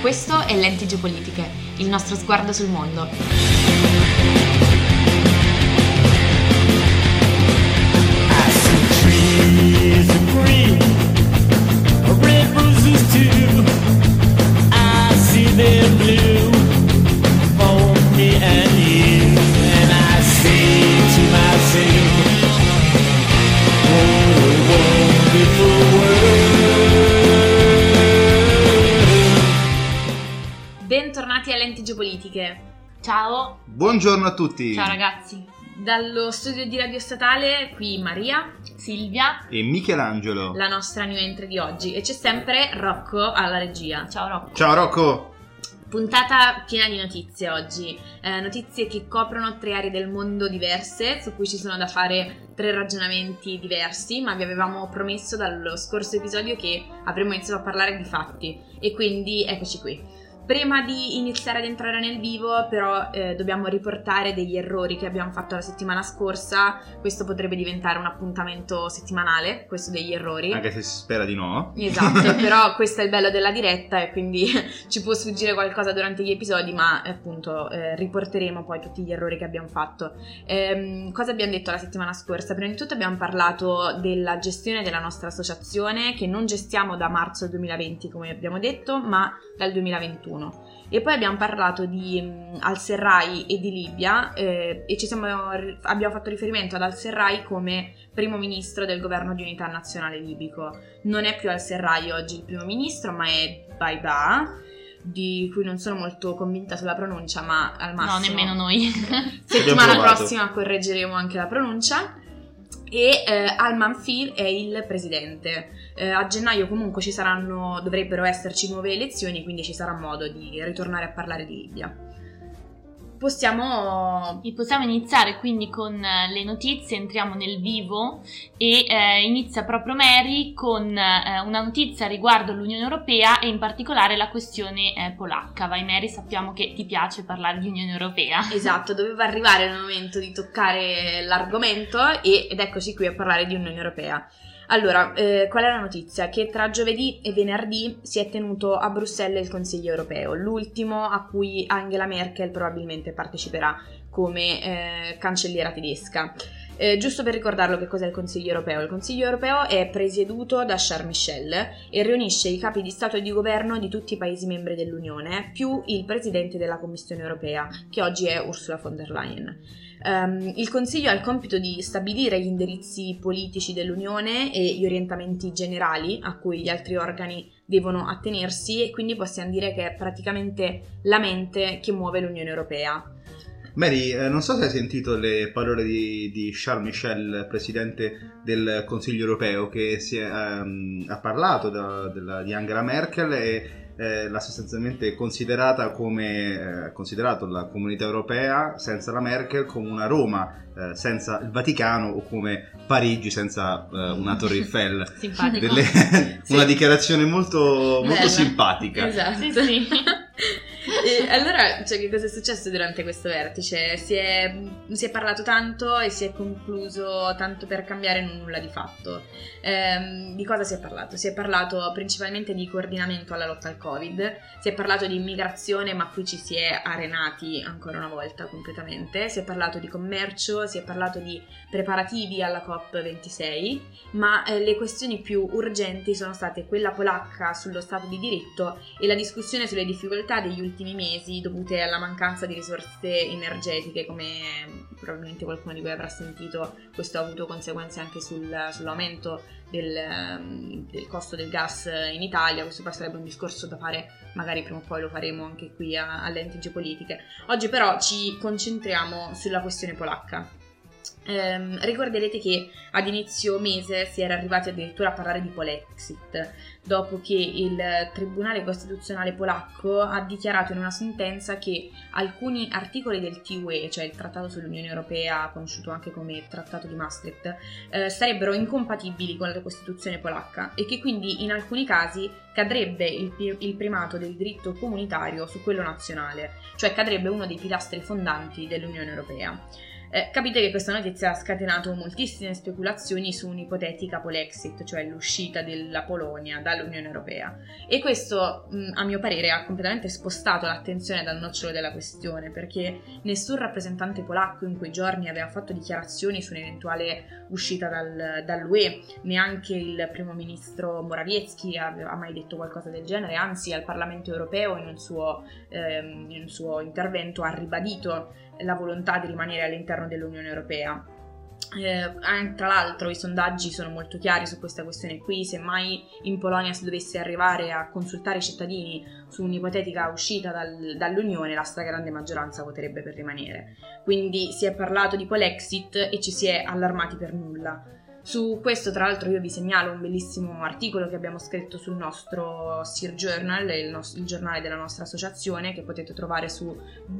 Questo è Lenti Geopolitiche, il nostro sguardo sul mondo. Bentornati a Lenti Geopolitiche. Ciao. Buongiorno a tutti. Ciao ragazzi. Dallo studio di Radio Statale, qui Maria, Silvia e Michelangelo, la nostra new entry di oggi. E c'è sempre Rocco alla regia. Ciao Rocco. Ciao Rocco. Puntata piena di notizie oggi, notizie che coprono 3 aree del mondo diverse, su cui ci sono da fare 3 ragionamenti diversi, ma vi avevamo promesso dallo scorso episodio che avremmo iniziato a parlare di fatti, e quindi eccoci qui. Prima di iniziare ad entrare nel vivo, però, dobbiamo riportare degli errori che abbiamo fatto la settimana scorsa. Questo potrebbe diventare un appuntamento settimanale, questo degli errori. Anche se si spera di no. Esatto, però questo è il bello della diretta e quindi ci può sfuggire qualcosa durante gli episodi, ma appunto riporteremo poi tutti gli errori che abbiamo fatto. Cosa abbiamo detto la settimana scorsa? Prima di tutto abbiamo parlato della gestione della nostra associazione, che non gestiamo da marzo 2020 come abbiamo detto, ma dal 2021. E poi abbiamo parlato di al-Serraj e di Libia e abbiamo fatto riferimento ad al-Serraj come primo ministro del governo di unità nazionale libico. Non è più al-Serraj oggi il primo ministro, ma è Baibah, di cui non sono molto convinta sulla pronuncia, ma al massimo... No, nemmeno noi. Settimana prossima correggeremo anche la pronuncia. E al-Manfi è il presidente. A gennaio comunque dovrebbero esserci nuove elezioni, quindi ci sarà modo di ritornare a parlare di Libia. Possiamo iniziare quindi con le notizie, entriamo nel vivo e inizia proprio Mary con una notizia riguardo l'Unione Europea e in particolare la questione polacca. Vai Mary, sappiamo che ti piace parlare di Unione Europea. Esatto, doveva arrivare il momento di toccare l'argomento ed eccoci qui a parlare di Unione Europea. Allora, qual è la notizia? Che tra giovedì e venerdì si è tenuto a Bruxelles il Consiglio Europeo, l'ultimo a cui Angela Merkel probabilmente parteciperà come cancelliera tedesca. Giusto per ricordarlo che cos'è il Consiglio Europeo. Il Consiglio Europeo è presieduto da Charles Michel e riunisce i capi di Stato e di Governo di tutti i Paesi membri dell'Unione, più il Presidente della Commissione Europea, che oggi è Ursula von der Leyen. Il Consiglio ha il compito di stabilire gli indirizzi politici dell'Unione e gli orientamenti generali a cui gli altri organi devono attenersi, e quindi possiamo dire che è praticamente la mente che muove l'Unione Europea. Mary, non so se hai sentito le parole di Charles Michel, presidente del Consiglio Europeo, che ha parlato di Angela Merkel e l'ha sostanzialmente considerato la comunità europea senza la Merkel come una Roma senza il Vaticano, o come Parigi senza una Torre Eiffel. Simpatico. Una dichiarazione molto simpatica. Esatto. Sì. E allora, che cosa è successo durante questo vertice? Si è parlato tanto e si è concluso tanto per cambiare nulla di fatto. Di cosa si è parlato? Si è parlato principalmente di coordinamento alla lotta al Covid, si è parlato di immigrazione, ma qui ci si è arenati ancora una volta completamente, si è parlato di commercio, si è parlato di preparativi alla COP26, ma le questioni più urgenti sono state quella polacca sullo Stato di diritto e la discussione sulle difficoltà degli ultimi mesi dovute alla mancanza di risorse energetiche. Come probabilmente qualcuno di voi avrà sentito, questo ha avuto conseguenze anche sull'aumento del costo del gas in Italia. Questo poi sarebbe un discorso da fare, magari prima o poi lo faremo anche qui a Lenti Geopolitiche. Oggi però ci concentriamo sulla questione polacca. Ricorderete che ad inizio mese si era arrivati addirittura a parlare di Polexit, dopo che il Tribunale Costituzionale polacco ha dichiarato in una sentenza che alcuni articoli del TUE, cioè il Trattato sull'Unione Europea, conosciuto anche come Trattato di Maastricht, sarebbero incompatibili con la Costituzione polacca e che quindi in alcuni casi cadrebbe il primato del diritto comunitario su quello nazionale, cioè cadrebbe uno dei pilastri fondanti dell'Unione Europea. Capite che questa notizia ha scatenato moltissime speculazioni su un'ipotetica Polexit, cioè l'uscita della Polonia dall'Unione Europea, e questo a mio parere ha completamente spostato l'attenzione dal nocciolo della questione, perché nessun rappresentante polacco in quei giorni aveva fatto dichiarazioni su un'eventuale uscita dall'UE, neanche il primo ministro Morawiecki ha mai detto qualcosa del genere, anzi al Parlamento Europeo in un suo intervento ha ribadito la volontà di rimanere all'interno dell'Unione Europea. Tra l'altro i sondaggi sono molto chiari su questa questione qui, se mai in Polonia si dovesse arrivare a consultare i cittadini su un'ipotetica uscita dall'Unione, la stragrande maggioranza voterebbe per rimanere. Quindi si è parlato di Polexit e ci si è allarmati per nulla. Su questo, tra l'altro, io vi segnalo un bellissimo articolo che abbiamo scritto sul nostro SIR Journal, il giornale della nostra associazione, che potete trovare su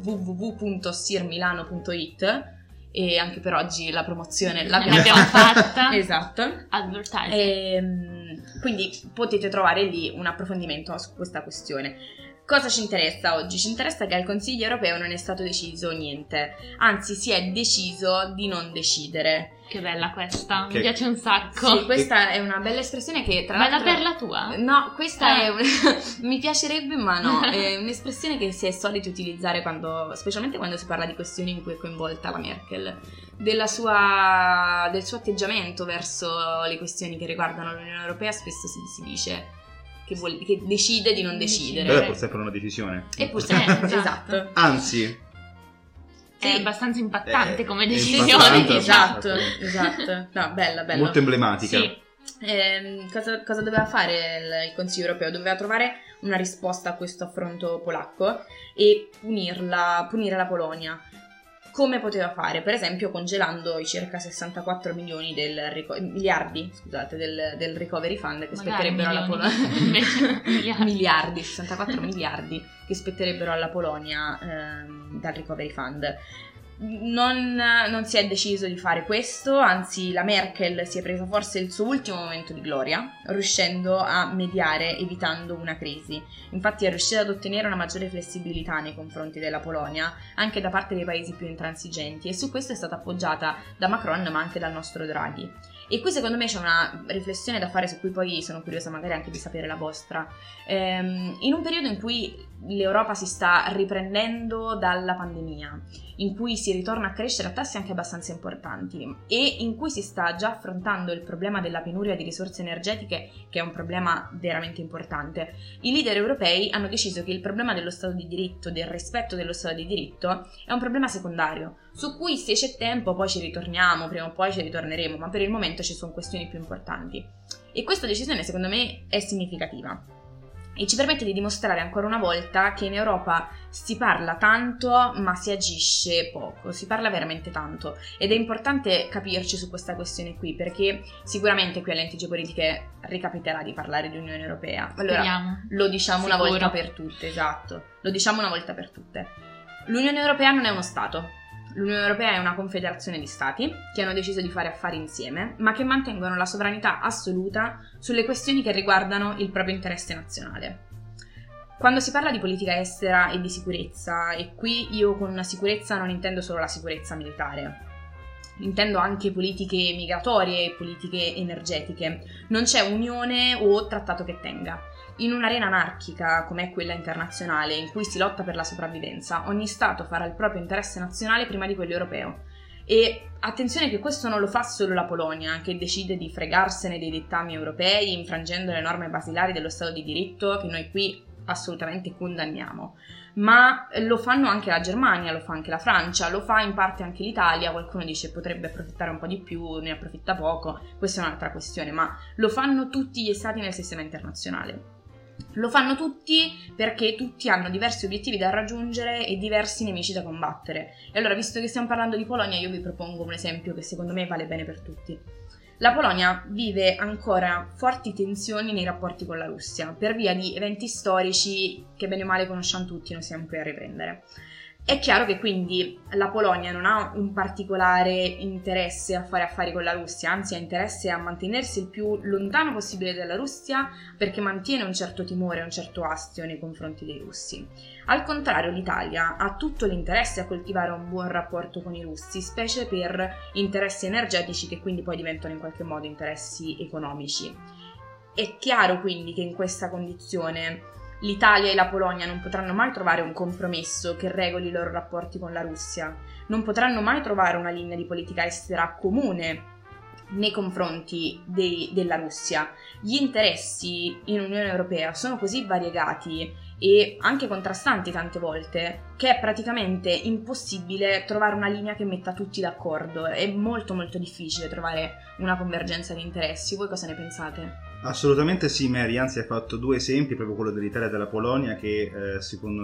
www.sirmilano.it, e anche per oggi la promozione l'abbiamo fatta. Esatto. Advertising. Quindi potete trovare lì un approfondimento su questa questione. Cosa ci interessa oggi? Ci interessa che al Consiglio europeo non è stato deciso niente, anzi si è deciso di non decidere. Che bella questa, mi piace un sacco. Sì, questa è una bella espressione che tra l'altro... Bella per la tua? No, questa è mi piacerebbe, ma no, è un'espressione che si è solito utilizzare specialmente quando si parla di questioni in cui è coinvolta la Merkel, del suo atteggiamento verso le questioni che riguardano l'Unione Europea. Spesso si dice che decide di non decidere. Però è pur sempre una decisione. È pur sempre, esatto. Anzi, è abbastanza impattante come decisione. Esatto. No, bella. Molto emblematica. Sì. Cosa doveva fare il Consiglio europeo? Doveva trovare una risposta a questo affronto polacco e punire la Polonia. Come poteva fare? Per esempio congelando i circa 64 miliardi del Recovery Fund che spetterebbero alla Polonia. Miliardi, 64 miliardi che spetterebbero alla Polonia dal Recovery Fund. Non si è deciso di fare questo, anzi la Merkel si è presa forse il suo ultimo momento di gloria, riuscendo a mediare, evitando una crisi. Infatti è riuscita ad ottenere una maggiore flessibilità nei confronti della Polonia, anche da parte dei paesi più intransigenti, e su questo è stata appoggiata da Macron ma anche dal nostro Draghi. E qui secondo me c'è una riflessione da fare su cui poi sono curiosa magari anche di sapere la vostra. In un periodo in cui l'Europa si sta riprendendo dalla pandemia, in cui si ritorna a crescere a tassi anche abbastanza importanti e in cui si sta già affrontando il problema della penuria di risorse energetiche, che è un problema veramente importante, i leader europei hanno deciso che il problema dello Stato di diritto, del rispetto dello Stato di diritto, è un problema secondario, su cui se c'è tempo poi ci ritorniamo, prima o poi ci ritorneremo, ma per il momento ci sono questioni più importanti. E questa decisione secondo me è significativa e ci permette di dimostrare ancora una volta che in Europa si parla tanto ma si agisce poco, si parla veramente tanto, ed è importante capirci su questa questione qui, perché sicuramente qui alle NTG Politiche ricapiterà di parlare di Unione Europea. Allora lo diciamo una volta per tutte, esatto, lo diciamo una volta per tutte. L'Unione Europea non è uno Stato. L'Unione Europea è una confederazione di stati che hanno deciso di fare affari insieme, ma che mantengono la sovranità assoluta sulle questioni che riguardano il proprio interesse nazionale. Quando si parla di politica estera e di sicurezza, e qui io con una sicurezza non intendo solo la sicurezza militare, intendo anche politiche migratorie e politiche energetiche, non c'è unione o trattato che tenga. In un'arena anarchica come è quella internazionale, in cui si lotta per la sopravvivenza, ogni Stato farà il proprio interesse nazionale prima di quello europeo. E attenzione che questo non lo fa solo la Polonia, che decide di fregarsene dei dettami europei, infrangendo le norme basilari dello Stato di diritto, che noi qui assolutamente condanniamo. Ma lo fanno anche la Germania, lo fa anche la Francia, lo fa in parte anche l'Italia. Qualcuno dice potrebbe approfittare un po' di più, ne approfitta poco, questa è un'altra questione, ma lo fanno tutti gli Stati nel sistema internazionale. Lo fanno tutti perché tutti hanno diversi obiettivi da raggiungere e diversi nemici da combattere. E allora, visto che stiamo parlando di Polonia, io vi propongo un esempio che secondo me vale bene per tutti. La Polonia vive ancora forti tensioni nei rapporti con la Russia per via di eventi storici che bene o male conosciamo tutti, non siamo qui a riprendere. È chiaro che quindi la Polonia non ha un particolare interesse a fare affari con la Russia, anzi ha interesse a mantenersi il più lontano possibile dalla Russia, perché mantiene un certo timore, un certo astio nei confronti dei russi. Al contrario, l'Italia ha tutto l'interesse a coltivare un buon rapporto con i russi, specie per interessi energetici che quindi poi diventano in qualche modo interessi economici. È chiaro quindi che in questa condizione l'Italia e la Polonia non potranno mai trovare un compromesso che regoli i loro rapporti con la Russia, non potranno mai trovare una linea di politica estera comune nei confronti della Russia. Gli interessi in Unione Europea sono così variegati e anche contrastanti tante volte che è praticamente impossibile trovare una linea che metta tutti d'accordo. È molto molto difficile trovare una convergenza di interessi. Voi cosa ne pensate? Assolutamente sì, Mary, anzi hai fatto 2 esempi, proprio quello dell'Italia e della Polonia, che secondo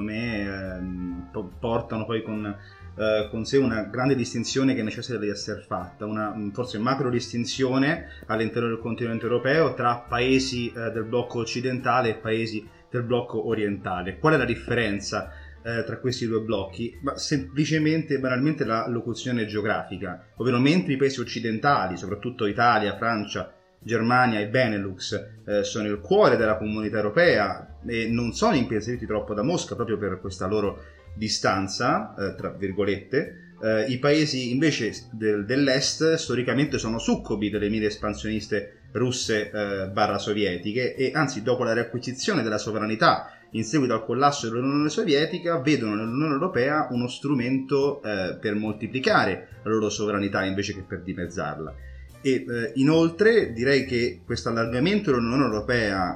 me portano poi con sé una grande distinzione che necessita di essere fatta, una forse macro distinzione all'interno del continente europeo tra paesi del blocco occidentale e paesi del blocco orientale. Qual è la differenza tra questi 2 blocchi? Ma semplicemente, banalmente, la locuzione geografica, ovvero mentre i paesi occidentali, soprattutto Italia, Francia, Germania e Benelux sono il cuore della comunità europea e non sono impensieriti troppo da Mosca proprio per questa loro distanza, tra virgolette, i paesi invece dell'est storicamente sono succubi delle mire espansioniste russe barra sovietiche e anzi dopo la riacquisizione della sovranità in seguito al collasso dell'Unione Sovietica vedono nell'Unione Europea uno strumento per moltiplicare la loro sovranità invece che per dimezzarla. E inoltre direi che questo allargamento dell'Unione Europea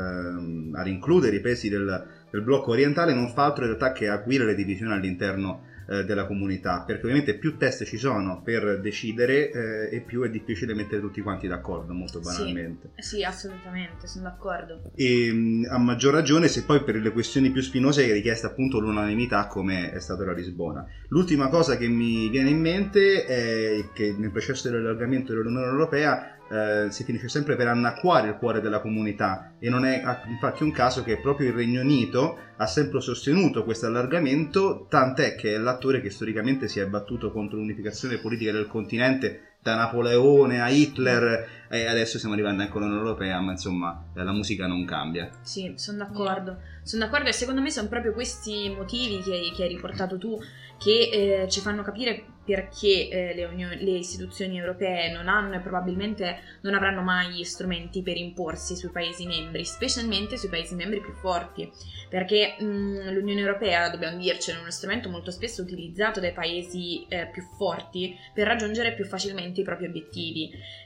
a rincludere i paesi del blocco orientale non fa altro in realtà che acuire le divisioni all'interno della comunità, perché ovviamente più test ci sono per decidere e più è difficile mettere tutti quanti d'accordo, molto banalmente. Sì, assolutamente, sono d'accordo. E a maggior ragione se poi per le questioni più spinose è richiesta appunto l'unanimità come è stato a Lisbona. L'ultima cosa che mi viene in mente è che nel processo dell'allargamento dell'Unione Europea si finisce sempre per annacquare il cuore della comunità e non è infatti un caso che proprio il Regno Unito ha sempre sostenuto questo allargamento, tant'è che è l'attore che storicamente si è battuto contro l'unificazione politica del continente da Napoleone a Hitler e adesso stiamo arrivando anche all'Unione Europea, ma insomma la musica non cambia. Sì, sono d'accordo e secondo me sono proprio questi motivi che hai riportato tu che ci fanno capire perché le istituzioni europee non hanno e probabilmente non avranno mai strumenti per imporsi sui Paesi membri, specialmente sui Paesi membri più forti, perché l'Unione Europea, dobbiamo dircelo, è uno strumento molto spesso utilizzato dai Paesi più forti per raggiungere più facilmente i propri obiettivi.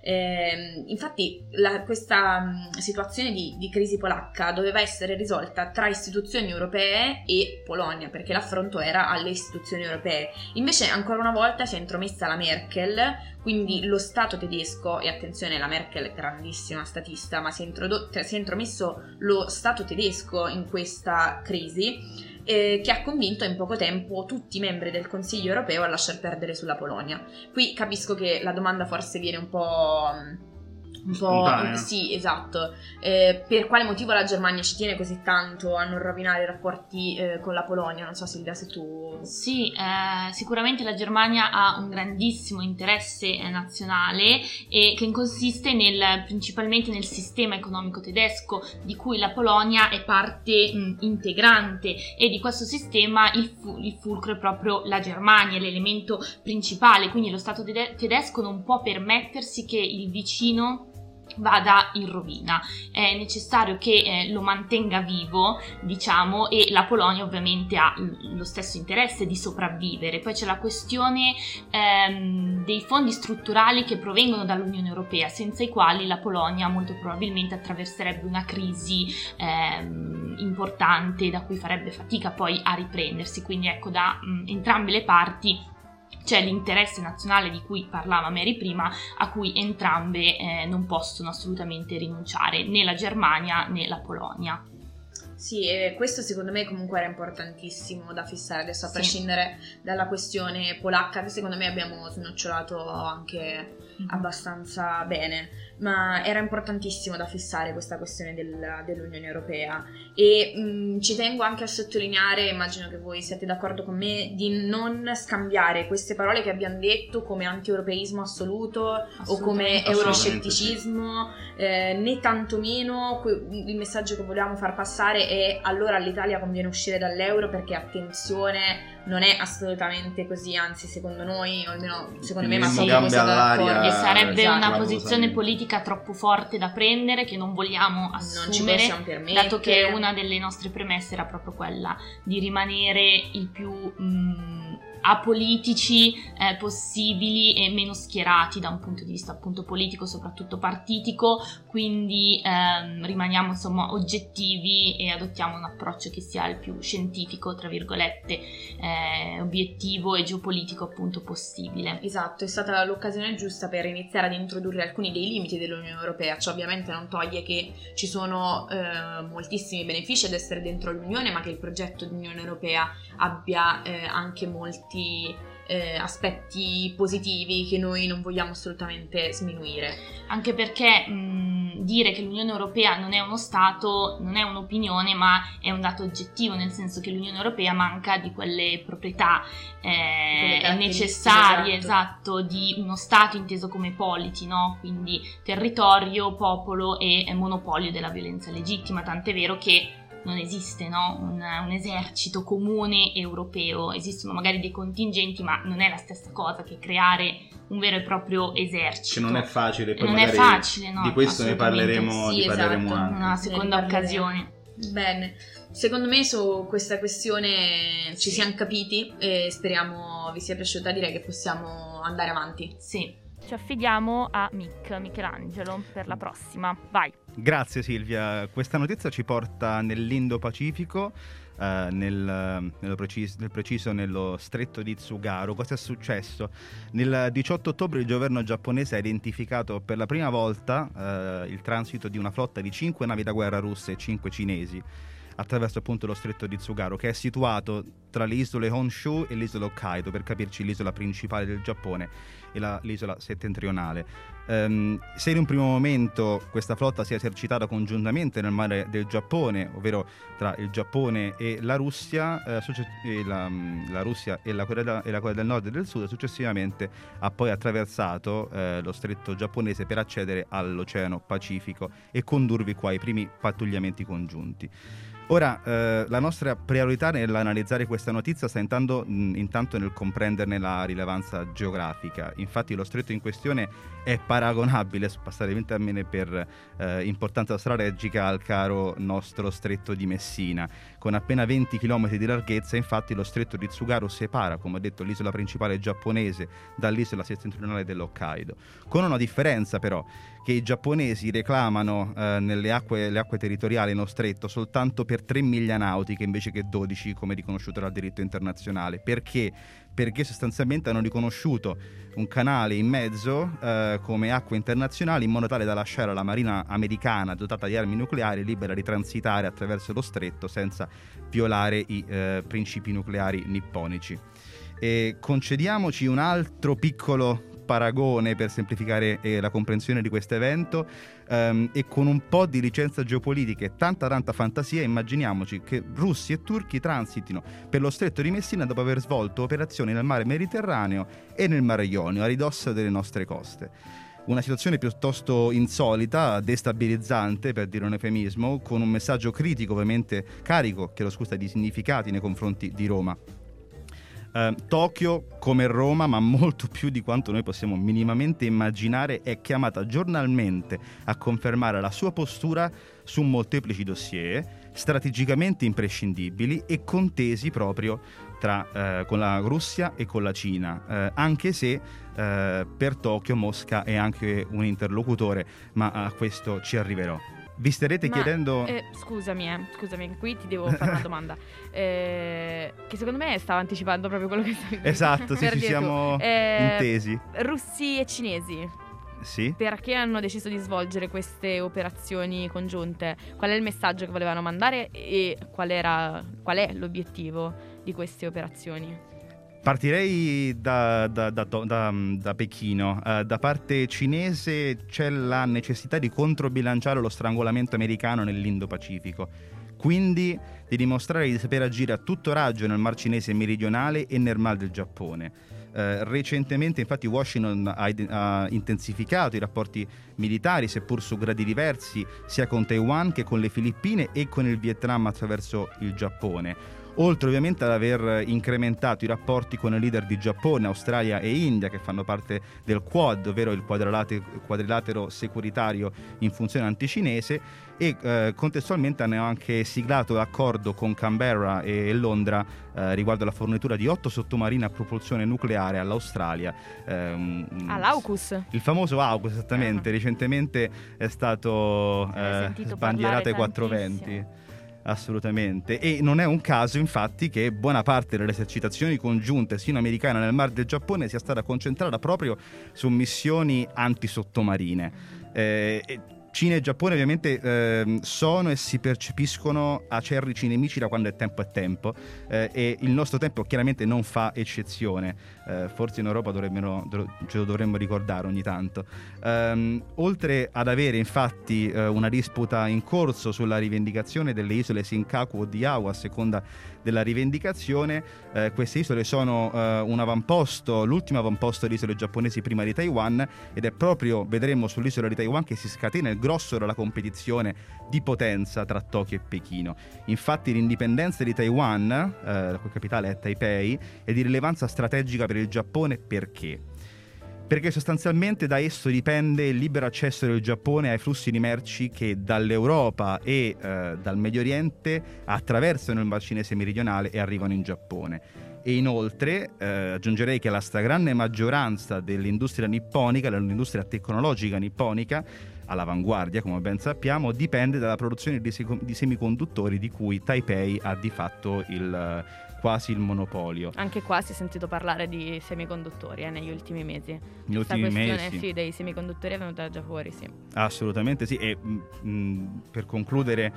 Infatti questa situazione di crisi polacca doveva essere risolta tra istituzioni europee e Polonia, perché l'affronto era alle istituzioni europee. Invece ancora una volta si è intromessa la Merkel, quindi lo Stato tedesco, e attenzione, la Merkel è grandissima statista, ma si è intromesso lo Stato tedesco in questa crisi, che ha convinto in poco tempo tutti i membri del Consiglio europeo a lasciar perdere sulla Polonia. Qui capisco che la domanda forse viene un po' spontanea. Sì, esatto. Per quale motivo la Germania ci tiene così tanto a non rovinare i rapporti con la Polonia? Non so, Silvia, se tu... Sì, sicuramente la Germania ha un grandissimo interesse nazionale e che consiste principalmente nel sistema economico tedesco, di cui la Polonia è parte integrante, e di questo sistema il fulcro è proprio la Germania, l'elemento principale, quindi lo Stato tedesco non può permettersi che il vicino vada in rovina, è necessario che lo mantenga vivo, diciamo, e la Polonia ovviamente ha lo stesso interesse di sopravvivere. Poi c'è la questione dei fondi strutturali che provengono dall'Unione Europea, senza i quali la Polonia molto probabilmente attraverserebbe una crisi importante da cui farebbe fatica poi a riprendersi, quindi ecco, da entrambe le parti c'è l'interesse nazionale di cui parlava Mary prima, a cui entrambe non possono assolutamente rinunciare, né la Germania né la Polonia. Sì, e questo secondo me comunque era importantissimo da fissare adesso, a prescindere dalla questione polacca, che secondo me abbiamo snocciolato anche abbastanza bene, ma era importantissimo da fissare questa questione dell'Unione Europea e ci tengo anche a sottolineare, immagino che voi siate d'accordo con me, di non scambiare queste parole che abbiamo detto come anti-europeismo assoluto o come euroscetticismo, né tantomeno il messaggio che volevamo far passare è allora all'Italia conviene uscire dall'euro, perché attenzione, non è assolutamente così, anzi secondo noi, o almeno secondo me, ma sì, voi siete d'accordo, e sarebbe esatto, una posizione politica troppo forte da prendere, che non vogliamo assumere, non ci possiamo permettere, dato che una delle nostre premesse era proprio quella di rimanere il più apolitici possibili e meno schierati da un punto di vista appunto politico, soprattutto partitico, quindi rimaniamo insomma oggettivi e adottiamo un approccio che sia il più scientifico, tra virgolette, obiettivo e geopolitico appunto possibile. Esatto, è stata l'occasione giusta per iniziare ad introdurre alcuni dei limiti dell'Unione Europea. Ciò ovviamente non toglie che ci sono moltissimi benefici ad essere dentro l'Unione, ma che il progetto di Unione Europea abbia anche molti aspetti positivi che noi non vogliamo assolutamente sminuire. Anche perché dire che l'Unione Europea non è uno Stato non è un'opinione, ma è un dato oggettivo, nel senso che l'Unione Europea manca di quelle proprietà necessarie, esatto, di uno Stato inteso come polity, no? Quindi territorio, popolo e monopolio della violenza legittima, tant'è vero che non esiste, no? un esercito comune europeo, esistono magari dei contingenti, ma non è la stessa cosa che creare un vero e proprio esercito. Che non è facile, poi non magari è facile, no? Di questo ne parleremo, sì, ne parleremo esatto, anche. Una seconda occasione. Bene, secondo me su questa questione ci siamo capiti e speriamo vi sia piaciuta, direi che possiamo andare avanti. Sì. Ci affidiamo a Michelangelo per la prossima. Vai. Grazie Silvia, questa notizia ci porta nell'Indo-Pacifico, nel preciso nello stretto di Tsugaru. Cosa è successo? Nel 18 ottobre il governo giapponese ha identificato per la prima volta il transito di una flotta di 5 navi da guerra russe e 5 cinesi attraverso appunto lo stretto di Tsugaru, che è situato tra le isole Honshu e l'isola Hokkaido, per capirci l'isola principale del Giappone e l'isola settentrionale. Se in un primo momento questa flotta si è esercitata congiuntamente nel mare del Giappone, ovvero tra il Giappone e la Russia, la Russia e la Corea del Nord e del Sud, successivamente ha poi attraversato lo stretto giapponese per accedere all'Oceano Pacifico e condurvi qua i primi pattugliamenti congiunti. Ora, la nostra priorità nell'analizzare questa notizia sta intanto nel comprenderne la rilevanza geografica. Infatti lo stretto in questione è paragonabile, passare il termine per importanza strategica, al caro nostro stretto di Messina. Con appena 20 km di larghezza, infatti, lo stretto di Tsugaru separa, come ho detto, l'isola principale giapponese dall'isola settentrionale dell'Hokkaido. Con una differenza però, che i giapponesi reclamano le acque territoriali nello stretto soltanto per 3 miglia nautiche invece che 12, come riconosciuto dal diritto internazionale. Perché? Perché sostanzialmente hanno riconosciuto un canale in mezzo come acque internazionali, in modo tale da lasciare alla marina americana dotata di armi nucleari libera di transitare attraverso lo stretto senza violare i principi nucleari nipponici. E concediamoci un altro piccolo paragone per semplificare la comprensione di questo evento, e con un po' di licenza geopolitica e tanta fantasia immaginiamoci che russi e turchi transitino per lo stretto di Messina dopo aver svolto operazioni nel mare Mediterraneo e nel mare Ionio a ridosso delle nostre coste. Una situazione piuttosto insolita, destabilizzante per dire un eufemismo, con un messaggio critico, ovviamente carico, di significati nei confronti di Roma. Tokyo, come Roma, ma molto più di quanto noi possiamo minimamente immaginare, è chiamata giornalmente a confermare la sua postura su molteplici dossier strategicamente imprescindibili e contesi proprio con la Russia e con la Cina, anche se per Tokyo Mosca è anche un interlocutore, ma a questo ci arriverò. Vi starete chiedendo... Scusami, qui ti devo fare una domanda. Che secondo me stava anticipando proprio quello che stavi dicendo. Esatto, sì, ci siamo intesi. Russi e cinesi. Sì. Perché hanno deciso di svolgere queste operazioni congiunte? Qual è il messaggio che volevano mandare e qual è l'obiettivo di queste operazioni? Partirei da Pechino. Da parte cinese c'è la necessità di controbilanciare lo strangolamento americano nell'Indo-Pacifico, quindi di dimostrare di saper agire a tutto raggio nel Mar Cinese meridionale e nel Mar del Giappone. Recentemente infatti Washington ha intensificato i rapporti militari, seppur su gradi diversi, sia con Taiwan che con le Filippine e con il Vietnam attraverso il Giappone, oltre ovviamente ad aver incrementato i rapporti con i leader di Giappone, Australia e India, che fanno parte del Quad, ovvero il quadrilatero securitario in funzione anticinese, e contestualmente hanno anche siglato l'accordo con Canberra e Londra riguardo alla fornitura di 8 sottomarini a propulsione nucleare all'Australia. All'AUKUS. Il famoso AUKUS, esattamente. Recentemente è stato sbandierata ai 420. Assolutamente, e non è un caso infatti che buona parte delle esercitazioni congiunte sino-americane nel Mar del Giappone sia stata concentrata proprio su missioni antisottomarine. Cina e Giappone ovviamente sono e si percepiscono acerrici nemici da quando è tempo, e il nostro tempo chiaramente non fa eccezione. Forse in Europa ce lo dovremmo ricordare ogni tanto. Oltre ad avere infatti una disputa in corso sulla rivendicazione delle isole Senkaku o Diaoyu, a seconda della rivendicazione, queste isole sono l'ultimo avamposto di isole giapponesi prima di Taiwan, ed è proprio, vedremo, sull'isola di Taiwan che si scatena il grosso della competizione di potenza tra Tokyo e Pechino. Infatti l'indipendenza di Taiwan, la cui capitale è Taipei, è di rilevanza strategica per il Giappone. Perché? Perché sostanzialmente da esso dipende il libero accesso del Giappone ai flussi di merci che dall'Europa e dal Medio Oriente attraversano il Mar Cinese meridionale e arrivano in Giappone. E inoltre aggiungerei che la stragrande maggioranza dell'industria nipponica, dell'industria tecnologica nipponica, all'avanguardia, come ben sappiamo, dipende dalla produzione di semiconduttori, di cui Taipei ha di fatto quasi il monopolio. Anche qua si è sentito parlare di semiconduttori negli ultimi mesi. Negli ultimi mesi, sì, dei semiconduttori è venuta già fuori, sì. Assolutamente sì. E per concludere,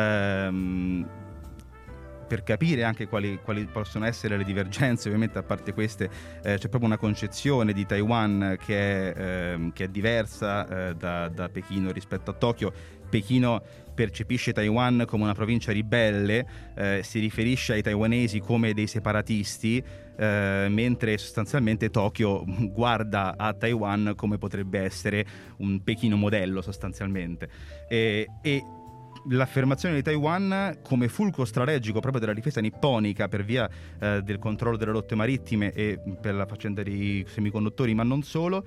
per capire anche quali possono essere le divergenze, ovviamente a parte queste, c'è proprio una concezione di Taiwan che è diversa da Pechino rispetto a Tokyo. Pechino percepisce Taiwan come una provincia ribelle, si riferisce ai taiwanesi come dei separatisti, mentre sostanzialmente Tokyo guarda a Taiwan come potrebbe essere un Pechino modello sostanzialmente. E l'affermazione di Taiwan come fulcro strategico proprio della difesa nipponica per via del controllo delle rotte marittime e per la faccenda dei semiconduttori, ma non solo,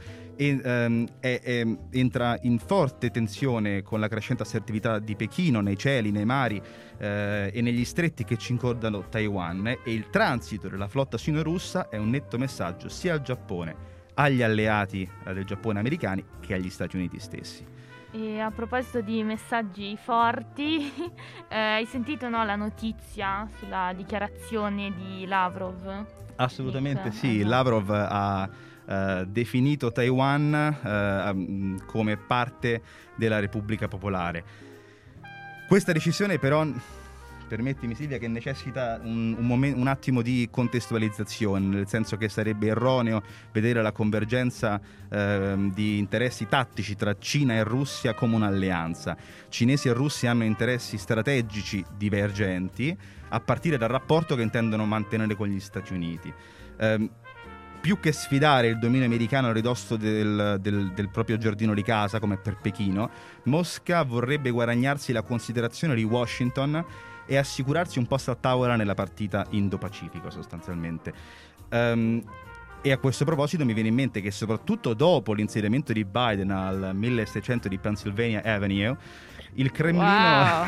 entra in forte tensione con la crescente assertività di Pechino nei cieli, nei mari e negli stretti che circondano Taiwan, e il transito della flotta sino-russa è un netto messaggio sia al Giappone, agli alleati del Giappone americani, che agli Stati Uniti stessi. E a proposito di messaggi forti, hai sentito la notizia sulla dichiarazione di Lavrov? Assolutamente sì, Lavrov ha definito Taiwan come parte della Repubblica Popolare. Questa decisione però, permettimi Silvia, che necessita un attimo di contestualizzazione, nel senso che sarebbe erroneo vedere la convergenza di interessi tattici tra Cina e Russia come un'alleanza. Cinesi e russi hanno interessi strategici divergenti, a partire dal rapporto che intendono mantenere con gli Stati Uniti. Più che sfidare il dominio americano a ridosso del proprio giardino di casa, come per Pechino, Mosca vorrebbe guadagnarsi la considerazione di Washington e assicurarsi un posto a tavola nella partita Indo-Pacifico sostanzialmente. E a questo proposito mi viene in mente che soprattutto dopo l'insediamento di Biden al 1600 di Pennsylvania Avenue, il Cremlino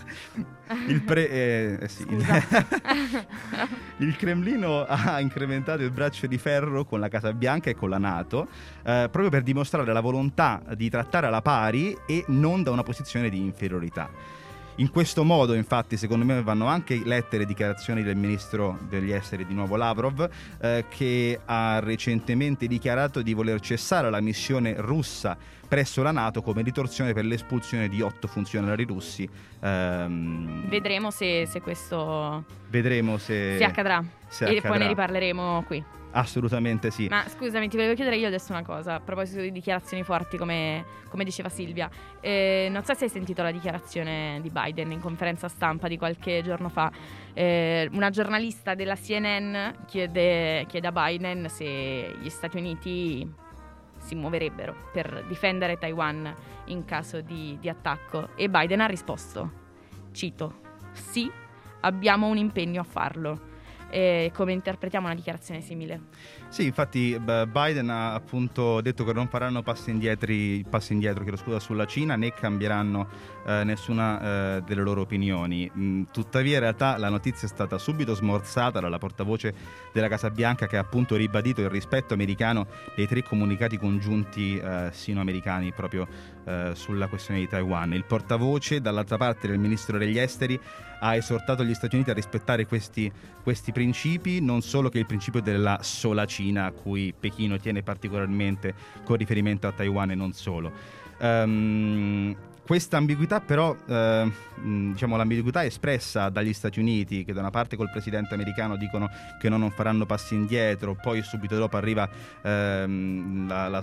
il Cremlino ha incrementato il braccio di ferro con la Casa Bianca e con la NATO, proprio per dimostrare la volontà di trattare alla pari e non da una posizione di inferiorità. In questo modo, infatti, secondo me vanno anche lette le dichiarazioni del ministro degli esteri, di nuovo Lavrov, che ha recentemente dichiarato di voler cessare la missione russa presso la NATO come ritorsione per l'espulsione di 8 funzionari russi. Vedremo se questo se accadrà. E poi ne riparleremo qui. Assolutamente sì. Ma scusami, ti volevo chiedere io adesso una cosa a proposito di dichiarazioni forti, come diceva Silvia. Non so se hai sentito la dichiarazione di Biden in conferenza stampa di qualche giorno fa. Una giornalista della CNN chiede a Biden se gli Stati Uniti si muoverebbero per difendere Taiwan in caso di attacco, e Biden ha risposto, cito: sì, abbiamo un impegno a farlo. Come interpretiamo una dichiarazione simile? Sì, infatti Biden ha appunto detto che non faranno passi indietro sulla Cina, né cambieranno nessuna delle loro opinioni. Tuttavia in realtà la notizia è stata subito smorzata dalla portavoce della Casa Bianca, che ha appunto ribadito il rispetto americano dei 3 comunicati congiunti sino-americani proprio sulla questione di Taiwan. Il portavoce, dall'altra parte del ministro degli esteri, ha esortato gli Stati Uniti a rispettare questi principi, non solo che il principio della sola Cina, a cui Pechino tiene particolarmente con riferimento a Taiwan, e non solo. Questa ambiguità però, l'ambiguità espressa dagli Stati Uniti, che da una parte col presidente americano dicono che non faranno passi indietro, poi subito dopo arriva la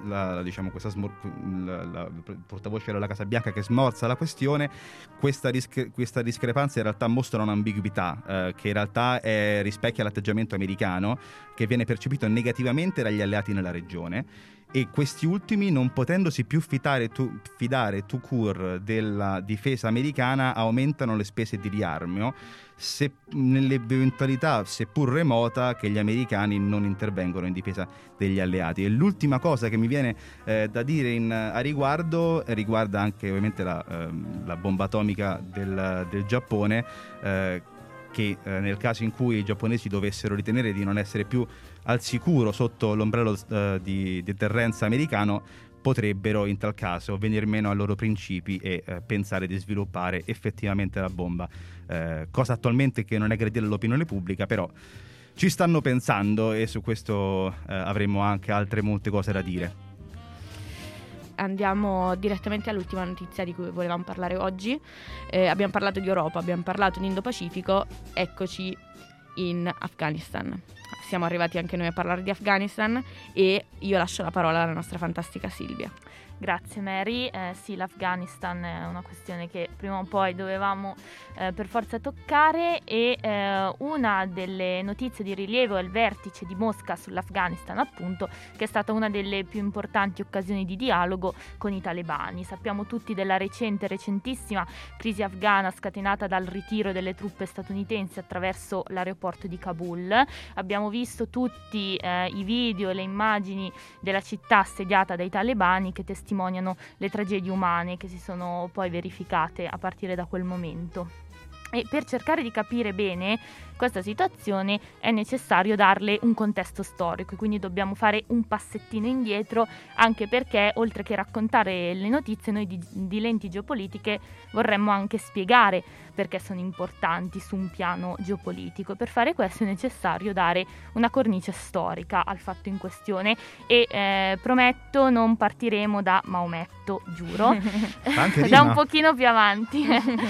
portavoce della Casa Bianca che smorza la questione. Questa discrepanza in realtà mostra un'ambiguità che in realtà rispecchia l'atteggiamento americano, che viene percepito negativamente dagli alleati nella regione, e questi ultimi, non potendosi più fidare tout court della difesa americana, aumentano le spese di riarmo, nell'eventualità, seppur remota, che gli americani non intervengono in difesa degli alleati. E l'ultima cosa che mi viene da dire a riguardo riguarda anche ovviamente la bomba atomica del Giappone, che nel caso in cui i giapponesi dovessero ritenere di non essere più al sicuro sotto l'ombrello di deterrenza americano, potrebbero in tal caso venir meno ai loro principi e pensare di sviluppare effettivamente la bomba, cosa attualmente che non è gradita all'opinione pubblica, però ci stanno pensando, e su questo avremo anche altre molte cose da dire. Andiamo direttamente all'ultima notizia di cui volevamo parlare oggi. Abbiamo parlato di Europa, abbiamo parlato di Indo-Pacifico, eccoci in Afghanistan. Siamo arrivati anche noi a parlare di Afghanistan e io lascio la parola alla nostra fantastica Silvia. Grazie Mary. Sì, l'Afghanistan è una questione che prima o poi dovevamo per forza toccare, e una delle notizie di rilievo è il vertice di Mosca sull'Afghanistan, appunto, che è stata una delle più importanti occasioni di dialogo con i talebani. Sappiamo tutti della recentissima crisi afghana scatenata dal ritiro delle truppe statunitensi attraverso l'aeroporto di Kabul. Abbiamo visto tutti i video e le immagini della città assediata dai talebani, che testimoniano le tragedie umane che si sono poi verificate a partire da quel momento. E per cercare di capire bene questa situazione è necessario darle un contesto storico, quindi dobbiamo fare un passettino indietro, anche perché oltre che raccontare le notizie, noi di Lenti Geopolitiche vorremmo anche spiegare perché sono importanti su un piano geopolitico. Per fare questo è necessario dare una cornice storica al fatto in questione, e prometto non partiremo da Maometto, giuro, da un pochino più avanti.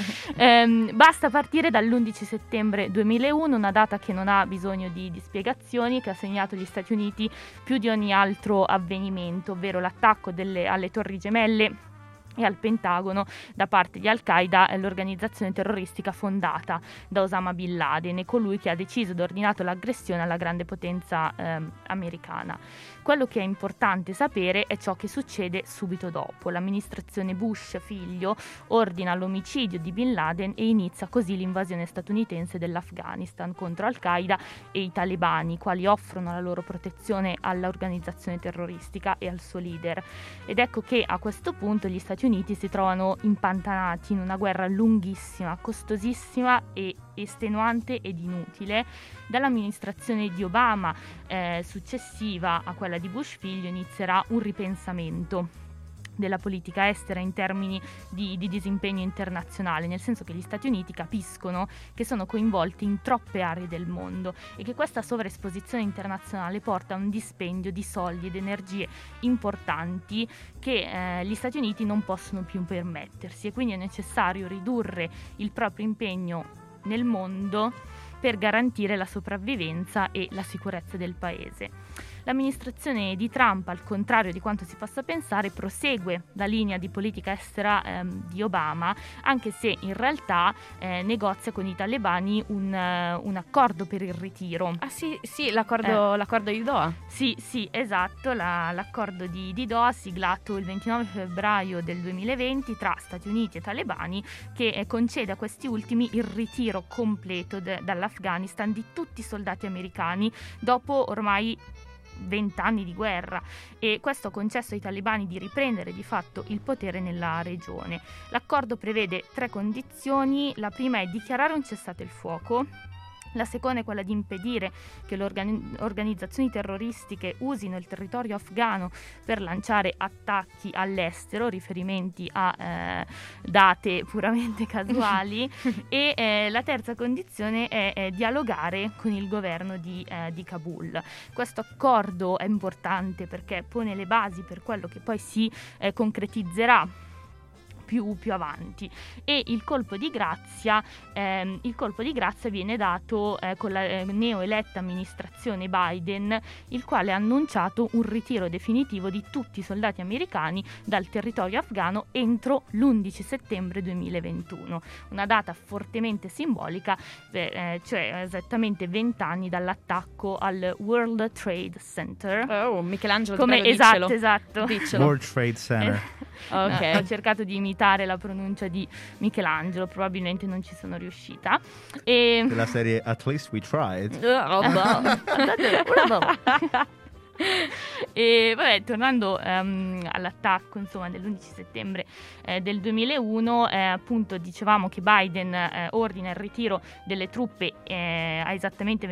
Basta partire dall'11 settembre 2001, una data che non ha bisogno di spiegazioni, che ha segnato gli Stati Uniti più di ogni altro avvenimento, ovvero l'attacco alle Torri Gemelle e al Pentagono da parte di Al-Qaeda, l'organizzazione terroristica fondata da Osama Bin Laden, e colui che ha deciso ed ordinato l'aggressione alla grande potenza americana. Quello che è importante sapere è ciò che succede subito dopo. L'amministrazione Bush figlio ordina l'omicidio di Bin Laden e inizia così l'invasione statunitense dell'Afghanistan contro Al-Qaeda e i talebani, quali offrono la loro protezione all'organizzazione terroristica e al suo leader. Ed ecco che a questo punto gli Stati Uniti si trovano impantanati in una guerra lunghissima, costosissima e estenuante ed inutile. Dall'amministrazione di Obama successiva a quella di Bush figlio inizierà un ripensamento della politica estera in termini di disimpegno internazionale, nel senso che gli Stati Uniti capiscono che sono coinvolti in troppe aree del mondo e che questa sovraesposizione internazionale porta a un dispendio di soldi ed energie importanti che gli Stati Uniti non possono più permettersi, e quindi è necessario ridurre il proprio impegno nel mondo per garantire la sopravvivenza e la sicurezza del paese. L'amministrazione di Trump, al contrario di quanto si possa pensare, prosegue la linea di politica estera di Obama, anche se in realtà negozia con i talebani un accordo per il ritiro. Ah sì, l'accordo di Doha. Sì, esatto, l'accordo di Doha, siglato il 29 febbraio del 2020 tra Stati Uniti e talebani, che concede a questi ultimi il ritiro completo dall'Afghanistan di tutti i soldati americani dopo ormai 20 anni di guerra, e questo ha concesso ai talebani di riprendere di fatto il potere nella regione. L'accordo prevede 3 condizioni: la prima è dichiarare un cessate il fuoco, la seconda è quella di impedire che le organizzazioni terroristiche usino il territorio afghano per lanciare attacchi all'estero, riferimenti a date puramente casuali, e la terza condizione è dialogare con il governo di Kabul. Questo accordo è importante perché pone le basi per quello che poi si concretizzerà più avanti, e il colpo di grazia viene dato con la neoeletta amministrazione Biden, il quale ha annunciato un ritiro definitivo di tutti i soldati americani dal territorio afghano entro l'11 settembre 2021, una data fortemente simbolica, cioè esattamente 20 anni dall'attacco al World Trade Center. Oh, Michelangelo, come esatto. Diccelo. World Trade Center. Ok, ho cercato di imitare la pronuncia di Michelangelo, probabilmente non ci sono riuscita. Della serie At Least We Tried. E vabbè, tornando all'attacco, insomma, dell'11 settembre del 2001, appunto dicevamo che Biden ordina il ritiro delle truppe entro esattamente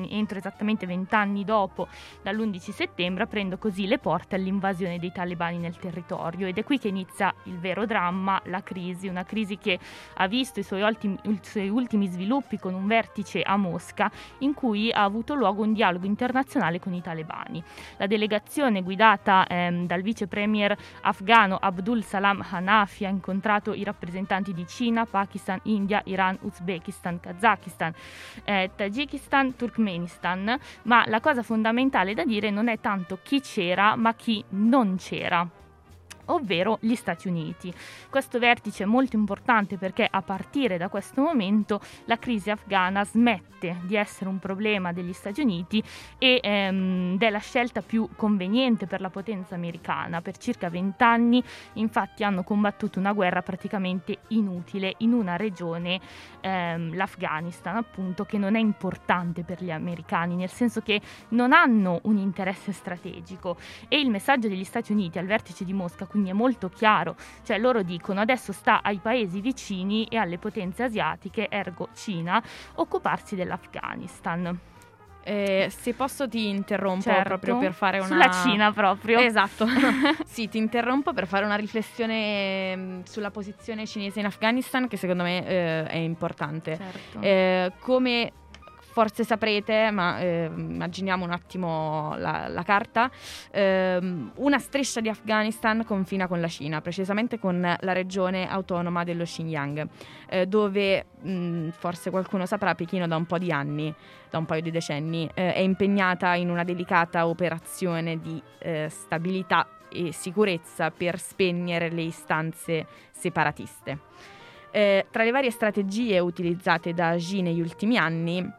20 anni dopo dall'11 settembre, aprendo così le porte all'invasione dei talebani nel territorio, ed è qui che inizia il vero dramma, la crisi, una crisi che ha visto i suoi ultimi sviluppi con un vertice a Mosca in cui ha avuto luogo un dialogo internazionale con i talebani. La delegazione guidata dal vice premier afghano Abdul Salam Hanafi ha incontrato i rappresentanti di Cina, Pakistan, India, Iran, Uzbekistan, Kazakistan, Tagikistan, Turkmenistan, ma la cosa fondamentale da dire non è tanto chi c'era, ma chi non c'era, ovvero gli Stati Uniti. Questo vertice è molto importante perché a partire da questo momento la crisi afghana smette di essere un problema degli Stati Uniti ed è la scelta più conveniente per la potenza americana. Per circa 20 anni infatti hanno combattuto una guerra praticamente inutile in una regione, l'Afghanistan appunto, che non è importante per gli americani, nel senso che non hanno un interesse strategico, e il messaggio degli Stati Uniti al vertice di Mosca quindi è molto chiaro, cioè loro dicono adesso sta ai paesi vicini e alle potenze asiatiche, ergo Cina, occuparsi dell'Afghanistan. Se posso ti interrompo, certo, proprio per fare sulla Cina proprio. Esatto. Sì, ti interrompo per fare una riflessione sulla posizione cinese in Afghanistan, che secondo me è importante. Certo. Come forse saprete, ma immaginiamo un attimo la carta, una striscia di Afghanistan confina con la Cina, precisamente con la regione autonoma dello Xinjiang, dove forse qualcuno saprà, Pechino da un po' di anni, da un paio di decenni, è impegnata in una delicata operazione di stabilità e sicurezza per spegnere le istanze separatiste. Tra le varie strategie utilizzate da Xi negli ultimi anni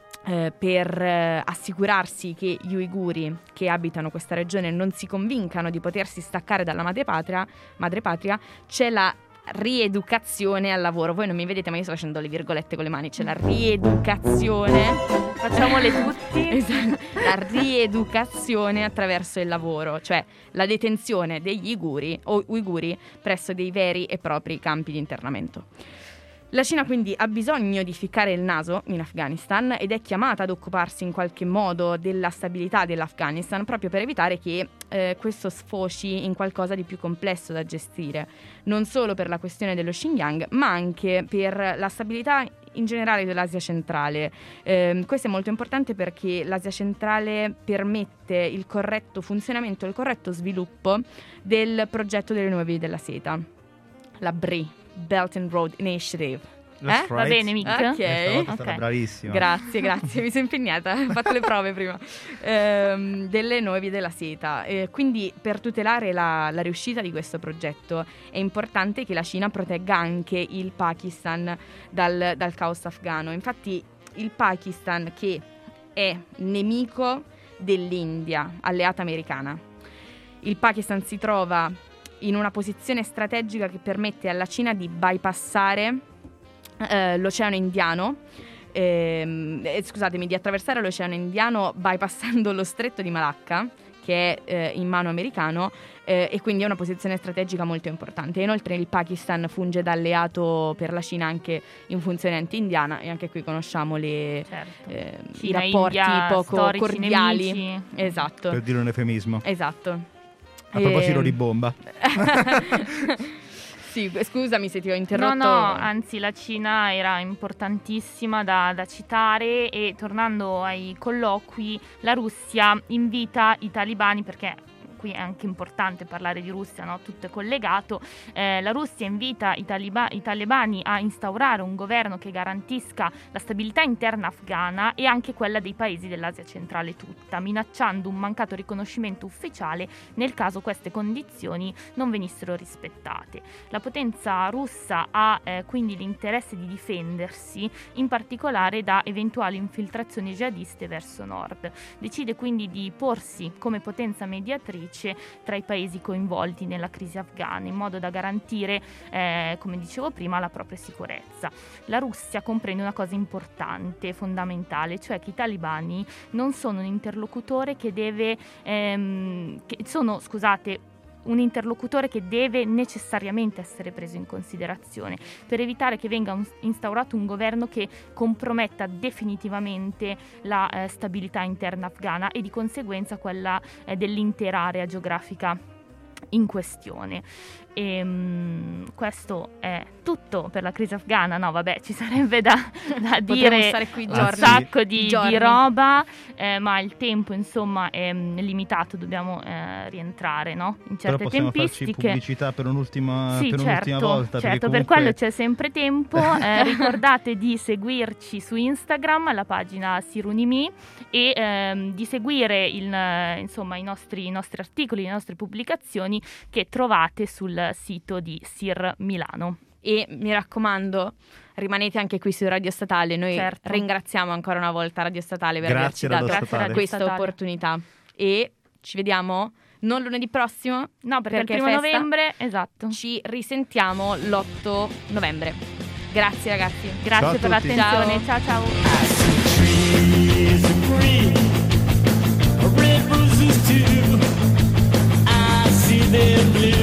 per assicurarsi che gli uiguri che abitano questa regione non si convincano di potersi staccare dalla madrepatria, c'è la rieducazione al lavoro. Voi non mi vedete, ma io sto facendo le virgolette con le mani. C'è la rieducazione, facciamole tutti. Esatto. La rieducazione attraverso il lavoro, cioè la detenzione degli uiguri presso dei veri e propri campi di internamento. La Cina quindi ha bisogno di ficcare il naso in Afghanistan ed è chiamata ad occuparsi in qualche modo della stabilità dell'Afghanistan, proprio per evitare che questo sfoci in qualcosa di più complesso da gestire, non solo per la questione dello Xinjiang, ma anche per la stabilità in generale dell'Asia centrale. Questo è molto importante perché l'Asia centrale permette il corretto funzionamento e il corretto sviluppo del progetto delle nuove vie della seta, la BRI, Belt and Road Initiative. That's Va bene, Mick? Ok. Stata bravissima. Grazie, mi sono impegnata, ho fatto le prove prima. Delle nuove vie della seta. Quindi per tutelare la riuscita di questo progetto è importante che la Cina protegga anche il Pakistan dal caos afghano. Infatti il Pakistan, che è nemico dell'India, alleata americana, il Pakistan si trova in una posizione strategica che permette alla Cina di bypassare l'Oceano Indiano, di attraversare l'Oceano Indiano bypassando lo stretto di Malacca, che è in mano americano, e quindi è una posizione strategica molto importante. Inoltre il Pakistan funge da alleato per la Cina anche in funzione anti-indiana, e anche qui conosciamo i rapporti India, poco cordiali. Nemici. Esatto. Per dire un eufemismo. Esatto. A proposito di bomba. Sì, scusami se ti ho interrotto. No, anzi la Cina era importantissima da citare, e tornando ai colloqui, la Russia invita i talebani, perché qui è anche importante parlare di Russia, no? Tutto è collegato. La Russia invita i talebani a instaurare un governo che garantisca la stabilità interna afghana e anche quella dei paesi dell'Asia centrale tutta, minacciando un mancato riconoscimento ufficiale nel caso queste condizioni non venissero rispettate. La potenza russa ha quindi l'interesse di difendersi, in particolare da eventuali infiltrazioni jihadiste verso nord. Decide quindi di porsi come potenza mediatrice tra i paesi coinvolti nella crisi afghana, in modo da garantire, come dicevo prima, la propria sicurezza. La Russia comprende una cosa importante, fondamentale, cioè che i talebani non sono un interlocutore un interlocutore che deve necessariamente essere preso in considerazione, per evitare che venga instaurato un governo che comprometta definitivamente la stabilità interna afghana e di conseguenza quella dell'intera area geografica in questione. Questo è tutto per la crisi afghana. No, vabbè, ci sarebbe da dire stare qui un sacco di roba, ma il tempo insomma è limitato, dobbiamo rientrare, no? In certe Però possiamo tempistiche. farci pubblicità per un'ultima certo, volta. Certo, comunque... per quello c'è sempre tempo. Ricordate di seguirci su Instagram, alla pagina Sirunimi, e di seguire i nostri articoli, le nostre pubblicazioni che trovate sul sito di Sir Milano. E mi raccomando, rimanete anche qui su Radio Statale. Noi ringraziamo ancora una volta Radio Statale per averci dato questa opportunità, e ci vediamo non lunedì prossimo, no, perché il 1 novembre, esatto. Ci risentiamo l'8 novembre. Grazie ragazzi. Grazie per l'attenzione. Ciao. Red roses too. I see them blue.